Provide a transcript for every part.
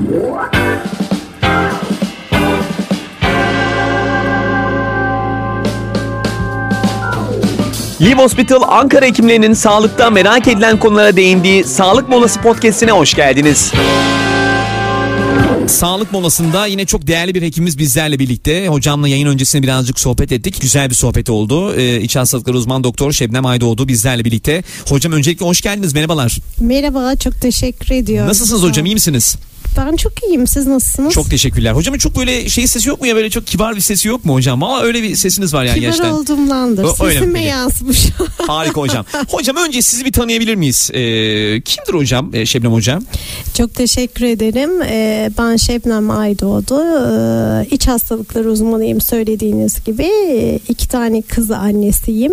Live Hospital Ankara hekimlerinin sağlıkta merak edilen konulara değindiği Sağlık Molası Podcast'ine hoş geldiniz. Sağlık molasında yine çok değerli bir hekimimiz bizlerle birlikte. Hocamla yayın öncesinde birazcık sohbet ettik. Güzel bir sohbet oldu. İç hastalıkları uzman doktor Şebnem Aydoğdu bizlerle birlikte. Hocam öncelikle hoş geldiniz. Merhabalar. Merhaba, çok teşekkür ediyorum. Nasılsınız hocam? İyi misiniz? Ben çok iyiyim. Siz nasılsınız? Çok teşekkürler. Hocamın çok böyle sesi yok mu ya? Böyle çok kibar bir sesi yok mu hocam? Ama öyle bir sesiniz var yani kibar gerçekten. Kibar olduğumdandır. Sesime yansımış. Harika hocam. Hocam önce sizi bir tanıyabilir miyiz? Kimdir hocam? Şebnem hocam. Çok teşekkür ederim. Ben Şebnem Aydoğdu. İç hastalıkları uzmanıyım söylediğiniz gibi. 2 tane kız annesiyim.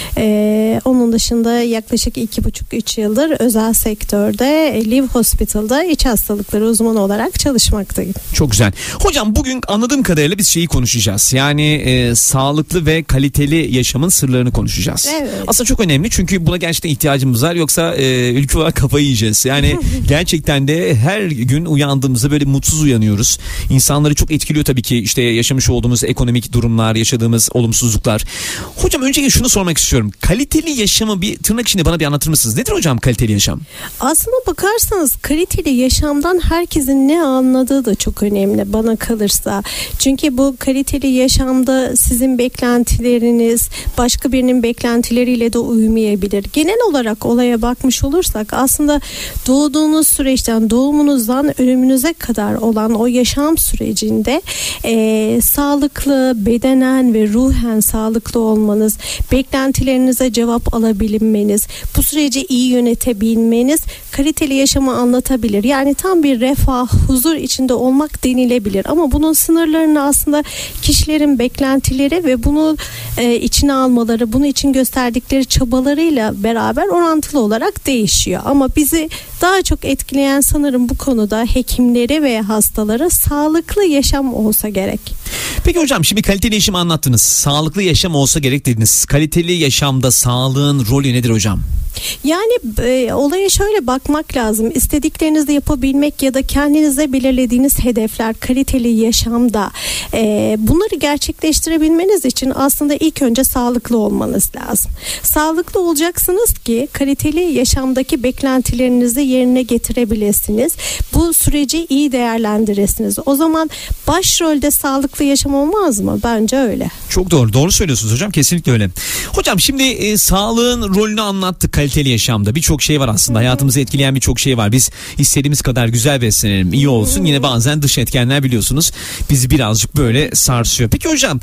Onun dışında yaklaşık 2,5-3 yıldır özel sektörde Live Hospital'da iç hastalıkları uzmanı olarak çalışmaktayım. Çok güzel. Hocam bugün anladığım kadarıyla biz şeyi konuşacağız. Yani sağlıklı ve kaliteli yaşamın sırlarını konuşacağız. Evet. Aslında çok önemli çünkü buna gerçekten ihtiyacımız var. Yoksa ülke olarak kafayı yiyeceğiz. Yani gerçekten de her gün uyandığımızda böyle mutsuz uyanıyoruz. İnsanları çok etkiliyor tabii ki işte yaşamış olduğumuz ekonomik durumlar, yaşadığımız olumsuzluklar. Hocam önce şunu sormak istiyorum. Kaliteli yaşamı bir tırnak içinde bana bir anlatır mısınız? Nedir hocam kaliteli yaşam? Aslına bakarsanız kaliteli yaşamdan herkesin ne anladığı da çok önemli bana kalırsa. Çünkü bu kaliteli yaşamda sizin beklentileriniz başka birinin beklentileriyle de uymayabilir. Genel olarak olaya bakmış olursak aslında doğduğunuz süreçten, doğumunuzdan ölümünüze kadar olan o yaşam sürecinde sağlıklı, bedenen ve ruhen sağlıklı olmanız, beklentilerinize cevap alabilmeniz, bu süreci iyi yönetebilmeniz kaliteli yaşamı anlatabilir. Yani tam bir refah, huzur içinde olmak denilebilir. Ama bunun sınırlarını aslında kişilerin beklentileri ve bunu içine almaları, bunun için gösterdikleri çabalarıyla beraber orantılı olarak değişiyor. Ama bizi daha çok etkileyen sanırım bu konuda hekimleri ve hastalara sağlıklı yaşam olsa gerek. Peki hocam şimdi kaliteli yaşamı anlattınız. Sağlıklı yaşam olsa gerek dediniz. Kaliteli yaşamda sağlığın rolü nedir hocam? Yani olaya şöyle bakmak lazım. İstediklerinizi yapabilmek ya da kendinize belirlediğiniz hedefler kaliteli yaşamda bunları gerçekleştirebilmeniz için aslında ilk önce sağlıklı olmanız lazım. Sağlıklı olacaksınız ki kaliteli yaşamdaki beklentilerinizi yerine getirebilirsiniz. Bu süreci iyi değerlendiresiniz. O zaman başrolde sağlıklı yaşam olmaz mı? Bence öyle. Çok doğru. Doğru söylüyorsunuz hocam. Kesinlikle öyle. Hocam şimdi sağlığın rolünü anlattık kaliteli yaşamda. Birçok şey var aslında. Hayatımızı etkileyen birçok şey var. Biz istediğimiz kadar güzel beslenelim, iyi olsun. Yine bazen dış etkenler biliyorsunuz bizi birazcık böyle sarsıyor. Peki hocam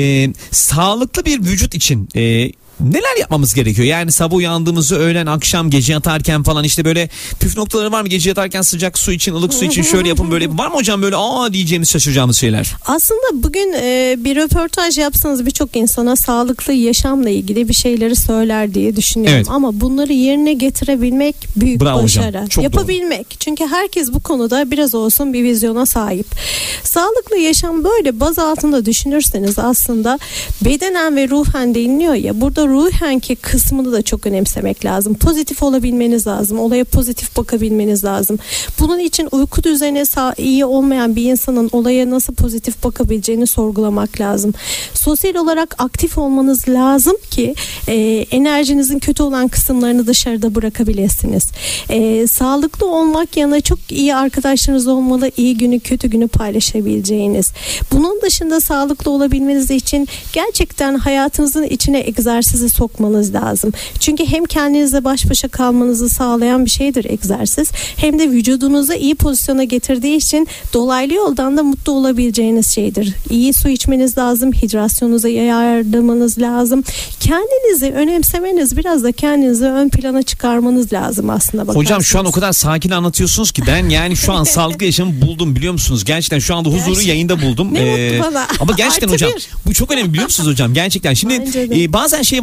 sağlıklı bir vücut için neler yapmamız gerekiyor? Yani sabah uyandığımızı öğlen, akşam, gece yatarken falan işte böyle püf noktaları var mı? Gece yatarken sıcak su için, ılık su için şöyle yapın böyle. Var mı hocam böyle diyeceğimiz, şaşıracağımız şeyler? Aslında bugün bir röportaj yapsanız birçok insana sağlıklı yaşamla ilgili bir şeyleri söyler diye düşünüyorum. Evet. Ama bunları yerine getirebilmek büyük bravo başarı. Hocam, çok yapabilmek. Doğru. Çünkü herkes bu konuda biraz olsun bir vizyona sahip. Sağlıklı yaşam böyle baz altında düşünürseniz aslında bedenen ve ruhen deniliyor ya, burada ruhenki kısmını da çok önemsemek lazım. Pozitif olabilmeniz lazım. Olaya pozitif bakabilmeniz lazım. Bunun için uyku düzeni iyi olmayan bir insanın olaya nasıl pozitif bakabileceğini sorgulamak lazım. Sosyal olarak aktif olmanız lazım ki enerjinizin kötü olan kısımlarını dışarıda bırakabilirsiniz. Sağlıklı olmak yanına çok iyi arkadaşlarınız olmalı. İyi günü kötü günü paylaşabileceğiniz. Bunun dışında sağlıklı olabilmeniz için gerçekten hayatınızın içine egzersizi sokmanız lazım. Çünkü hem kendinizle baş başa kalmanızı sağlayan bir şeydir egzersiz. Hem de vücudunuzu iyi pozisyona getirdiği için dolaylı yoldan da mutlu olabileceğiniz şeydir. İyi su içmeniz lazım. Hidrasyonunuza ayarlamanız lazım. Kendinizi önemsemeniz, biraz da kendinizi ön plana çıkarmanız lazım aslında bakarsanız. Hocam şu an o kadar sakin anlatıyorsunuz ki ben yani şu an sağlıklı yaşamı buldum biliyor musunuz? Gerçekten şu anda huzuru yayında buldum. Ne mutlu bana. Ama gerçekten hocam bu çok önemli biliyor musunuz hocam? Gerçekten. Şimdi bazen şey var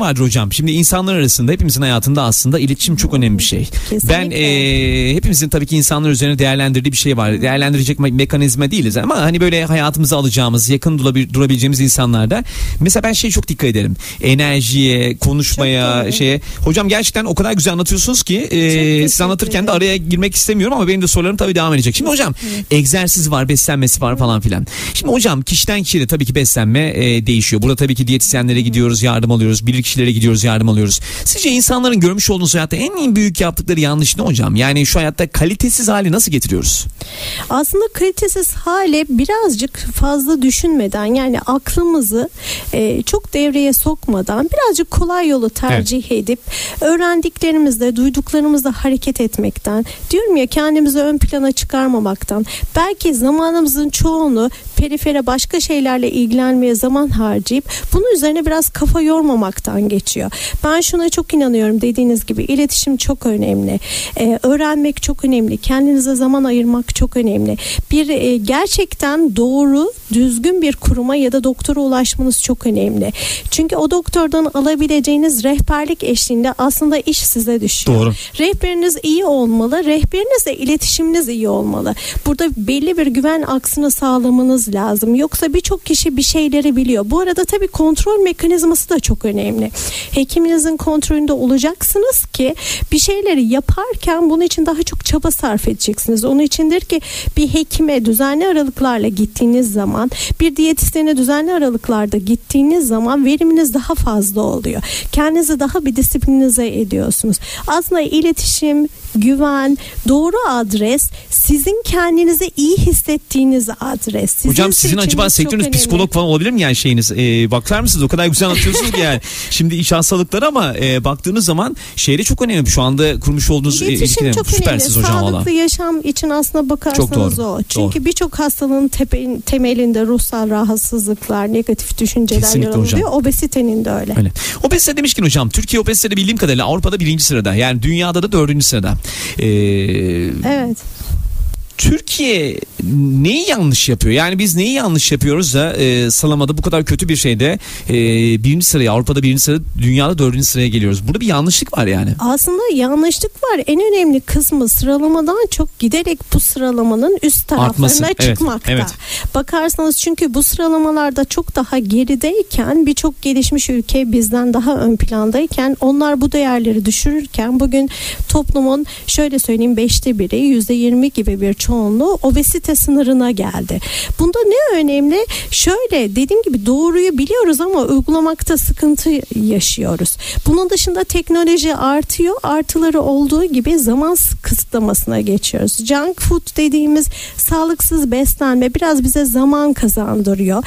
vardır hocam. Şimdi insanlar arasında, hepimizin hayatında aslında iletişim çok önemli bir şey. Kesinlikle. Ben hepimizin tabii ki insanlar üzerine değerlendirdiği bir şey var. Değerlendirecek mekanizma değiliz ama hani böyle hayatımıza alacağımız, yakın durabileceğimiz insanlarda mesela ben çok dikkat ederim. Enerjiye, konuşmaya, şeye. Hocam gerçekten o kadar güzel anlatıyorsunuz ki siz anlatırken de araya girmek istemiyorum ama benim de sorularım tabii devam edecek. Şimdi hocam egzersiz var, beslenmesi var falan filan. Şimdi hocam kişiden kişiye de tabii ki beslenme değişiyor. Burada tabii ki diyetisyenlere gidiyoruz, yardım alıyoruz. Bilirkişilere gidiyoruz, yardım alıyoruz. Sizce insanların görmüş olduğunuz hayatta en büyük yaptıkları yanlış ne hocam? Yani şu hayatta kalitesiz hali nasıl getiriyoruz? Aslında kalitesiz hale birazcık fazla düşünmeden, yani aklımızı çok devreye sokmadan birazcık kolay yolu tercih edip öğrendiklerimizle, duyduklarımızla hareket etmekten, diyorum ya, kendimizi ön plana çıkarmamaktan, belki zamanımızın çoğunu perifere başka şeylerle ilgilenmeye zaman harcayıp bunun üzerine biraz kafa yormamaktan geçiyor. Ben şuna çok inanıyorum, dediğiniz gibi iletişim çok önemli. Öğrenmek çok önemli. Kendinize zaman ayırmak çok önemli. Gerçekten doğru, düzgün bir kuruma ya da doktora ulaşmanız çok önemli. Çünkü o doktordan alabileceğiniz rehberlik eşliğinde aslında iş size düşüyor. Doğru. Rehberiniz iyi olmalı. Rehberinizle iletişiminiz iyi olmalı. Burada belli bir güven aksını sağlamanız lazım. Yoksa birçok kişi bir şeyleri biliyor. Bu arada tabii kontrol mekanizması da çok önemli. Hekiminizin kontrolünde olacaksınız ki bir şeyleri yaparken bunun için daha çok çaba sarf edeceksiniz. Onun içindir ki bir hekime düzenli aralıklarla gittiğiniz zaman, bir diyetisyene düzenli aralıklarda gittiğiniz zaman veriminiz daha fazla oluyor. Kendinizi daha bir disiplinize ediyorsunuz. Aslında iletişim, güven, doğru adres, sizin kendinizi iyi hissettiğiniz adres. Hocam sizin acaba sektörünüz psikolog falan olabilir mi yani şeyiniz? Bakar mısınız? O kadar güzel anlatıyorsunuz ki yani. Şimdi iş hastalıkları ama baktığınız zaman şehri çok önemli. Şu anda kurmuş olduğunuz ilişkiler süpersiniz hocam valla. Sağlıklı yaşam için aslında bakarsanız o. Çünkü birçok hastalığın temelinde ruhsal rahatsızlıklar, negatif düşünceler yer alıyor. Obezitenin de öyle. Obezite demişken hocam, Türkiye obezitede bildiğim kadarıyla Avrupa'da 1. sırada. Yani dünyada da 4. sırada. Evet. Türkiye neyi yanlış yapıyor? Yani biz neyi yanlış yapıyoruz da sıralamada bu kadar kötü bir şeyde 1. sıraya, Avrupa'da 1. sırada, dünyada 4. sıraya geliyoruz. Burada bir yanlışlık var yani. Aslında yanlışlık var. En önemli kısmı sıralamadan çok giderek bu sıralamanın üst taraflarına çıkmakta. Evet. Bakarsanız çünkü bu sıralamalarda çok daha gerideyken, birçok gelişmiş ülke bizden daha ön plandayken, onlar bu değerleri düşürürken bugün toplumun şöyle söyleyeyim 5'te 1'i, %20 gibi bir çoğunluğu obezite sınırına geldi. Bunda ne önemli? Şöyle, dediğim gibi doğruyu biliyoruz ama uygulamakta sıkıntı yaşıyoruz. Bunun dışında teknoloji artıyor. Artıları olduğu gibi zaman kısıtlamasına geçiyoruz. Junk food dediğimiz sağlıksız beslenme biraz bize zaman kazandırıyor.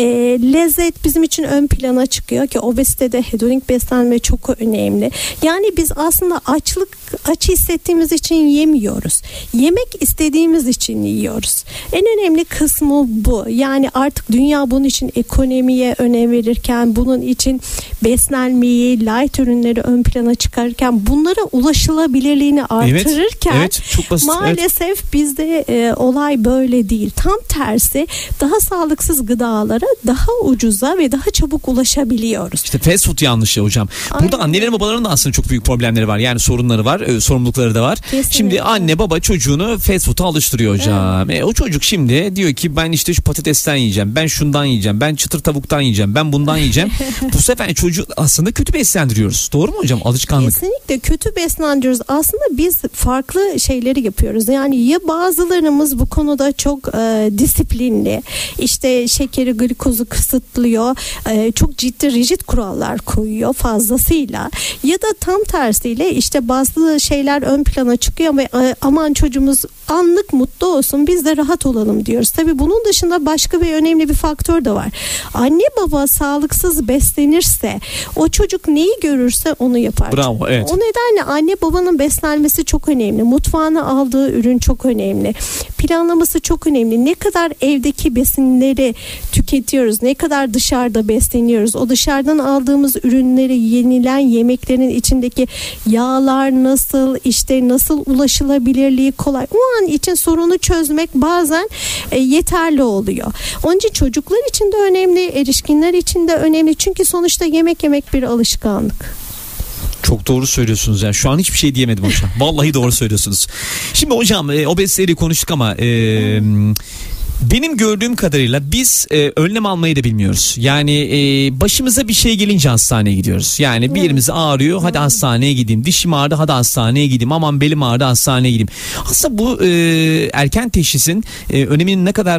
Lezzet bizim için ön plana çıkıyor ki obezitede hedonik beslenme çok önemli. Yani biz aslında aç hissettiğimiz için yemiyoruz. Yemek istediğimiz için yiyoruz. En önemli kısmı bu. Yani artık dünya bunun için ekonomiye önem verirken, bunun için beslenmeyi, light ürünleri ön plana çıkarırken, bunlara ulaşılabilirliğini artırırken çok basit, maalesef bizde olay böyle değil. Tam tersi, daha sağlıksız gıdalara daha ucuza ve daha çabuk ulaşabiliyoruz. İşte fast food yanlışı hocam. Burada annelerin babaların da aslında çok büyük problemleri var. Yani sorunları var, sorumlulukları da var. Kesinlikle. Şimdi anne baba çocuğunu fast food'a alıştırıyor hocam. O çocuk şimdi diyor ki ben işte şu patatesten yiyeceğim, ben şundan yiyeceğim, ben çıtır tavuktan yiyeceğim, ben bundan yiyeceğim. Bu sefer çocuğu aslında kötü beslendiriyoruz. Doğru mu hocam? Alışkanlık. Kesinlikle kötü beslendiriyoruz. Aslında biz farklı şeyleri yapıyoruz. Yani ya bazılarımız bu konuda çok disiplinli, işte şekeri, glikozu kısıtlıyor, çok ciddi rigid kurallar koyuyor fazlasıyla, ya da tam tersiyle işte bazı şeyler ön plana çıkıyor ve aman çocuğumuz anlık mutlu olsun, biz de rahat olalım diyoruz. Tabii bunun dışında başka bir önemli bir faktör de var. Anne baba sağlıksız beslenirse o çocuk neyi görürse onu yapar. Bravo, evet. O nedenle anne babanın beslenmesi çok önemli. Mutfağına aldığı ürün çok önemli. Planlaması çok önemli. Ne kadar evdeki besinleri tüketiyoruz, ne kadar dışarıda besleniyoruz. O dışarıdan aldığımız ürünleri, yenilen yemeklerin içindeki yağlar nasıl, işte nasıl ulaşılabilirliği kolay. O an için sorunu çözmek bazen yeterli oluyor. Onun için çocuklar için de önemli, erişkinler için de önemli. Çünkü sonuçta yemek bir alışkanlık. Çok doğru söylüyorsunuz ya. Şu an hiçbir şey diyemedim hocam. Vallahi doğru söylüyorsunuz. Şimdi hocam obeziteyi konuştuk ama benim gördüğüm kadarıyla biz önlem almayı da bilmiyoruz. Yani başımıza bir şey gelince hastaneye gidiyoruz. Yani bir yerimiz ağrıyor, hadi hastaneye gideyim. Dişim ağrıdı, hadi hastaneye gideyim. Aman belim ağrıdı, hastaneye gideyim. Aslında bu erken teşhisin öneminin ne kadar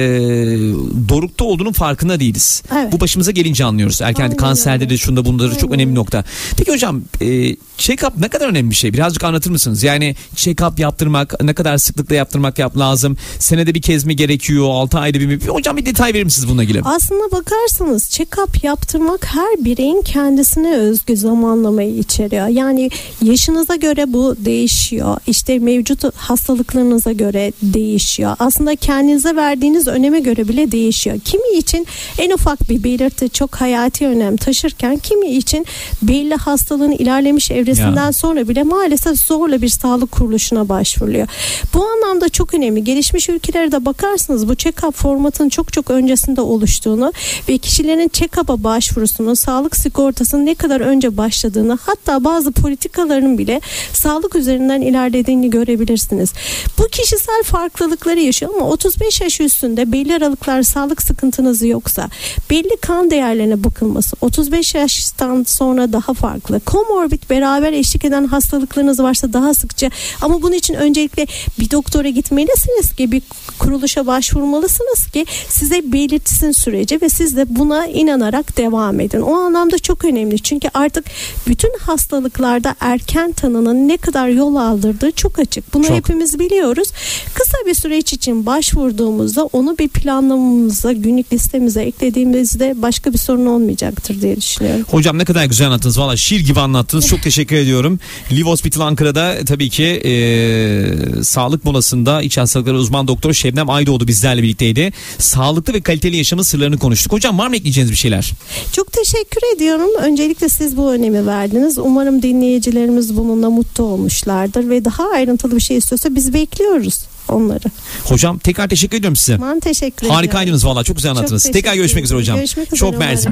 dorukta olduğunun farkında değiliz. Evet. Bu başımıza gelince anlıyoruz. Erken kanserde de şunda bunda çok önemli nokta. Peki hocam check-up ne kadar önemli bir şey? Birazcık anlatır mısınız? Yani check-up yaptırmak ne kadar sıklıkla yaptırmak lazım? Senede bir kez mi gerekiyor? 6 ayda bir mi? Hocam bir detay verir misiniz bununla ilgili? Aslında bakarsanız check-up yaptırmak her bireyin kendisine özgü zamanlamayı içeriyor. Yani yaşınıza göre bu değişiyor. İşte mevcut hastalıklarınıza göre değişiyor. Aslında kendinize verdiğiniz öneme göre bile değişiyor. Kimi için en ufak bir belirti çok hayati önem taşırken kimi için belli hastalığın ilerlemiş evresinden sonra bile maalesef zorla bir sağlık kuruluşuna başvuruluyor. Bu anlamda çok önemli. Gelişmiş ülkelere de bakarsanız bu check-up formatının çok öncesinde oluştuğunu ve kişilerin check-up'a başvurusunun sağlık sigortasının ne kadar önce başladığını, hatta bazı politikaların bile sağlık üzerinden ilerlediğini görebilirsiniz. Bu kişisel farklılıkları yaşıyor ama 35 yaş üstünde belli aralıklar sağlık sıkıntınız yoksa, belli kan değerlerine bakılması, 35 yaştan sonra daha farklı, komorbid beraber eşlik eden hastalıklarınız varsa daha sıkça, ama bunun için öncelikle bir doktora gitmelisiniz ki, bir kuruluşa başvurmalısınız ki size belirtsin süreci ve siz de buna inanarak devam edin. O anlamda çok önemli. Çünkü artık bütün hastalıklarda erken tanının ne kadar yol aldırdığı çok açık. Bunu hepimiz biliyoruz. Kısa bir süreç için başvurduğumuzda onu bir planlamamıza, günlük listemize eklediğimizde başka bir sorun olmayacaktır diye düşünüyorum. Hocam ne kadar güzel anlattınız. Valla şiir gibi anlattınız. Çok teşekkür ediyorum. Liv Hospital Ankara'da tabii ki sağlık molasında iç hastalıkları uzman doktor Şebnem Aydoğdu bizlerle birlikteydi. Sağlıklı ve kaliteli yaşamın sırlarını konuştuk. Hocam var mı ekleyeceğiniz bir şeyler? Çok teşekkür ediyorum. Öncelikle siz bu önemi verdiniz. Umarım dinleyicilerimiz bununla mutlu olmuşlardır ve daha ayrıntılı bir şey istiyorsa biz bekliyoruz onları. Hocam tekrar teşekkür ediyorum size. Ben teşekkür ederim. Harikaydınız valla, çok güzel anlattınız. Tekrar görüşmek üzere hocam. Görüşmek üzere. Çok mersi.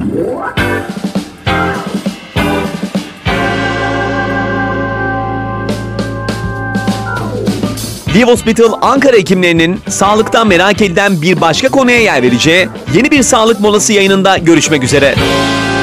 Liv Hospital Ankara hekimlerinin sağlıktan merak edilen bir başka konuya yer vereceği yeni bir sağlık molası yayınında görüşmek üzere.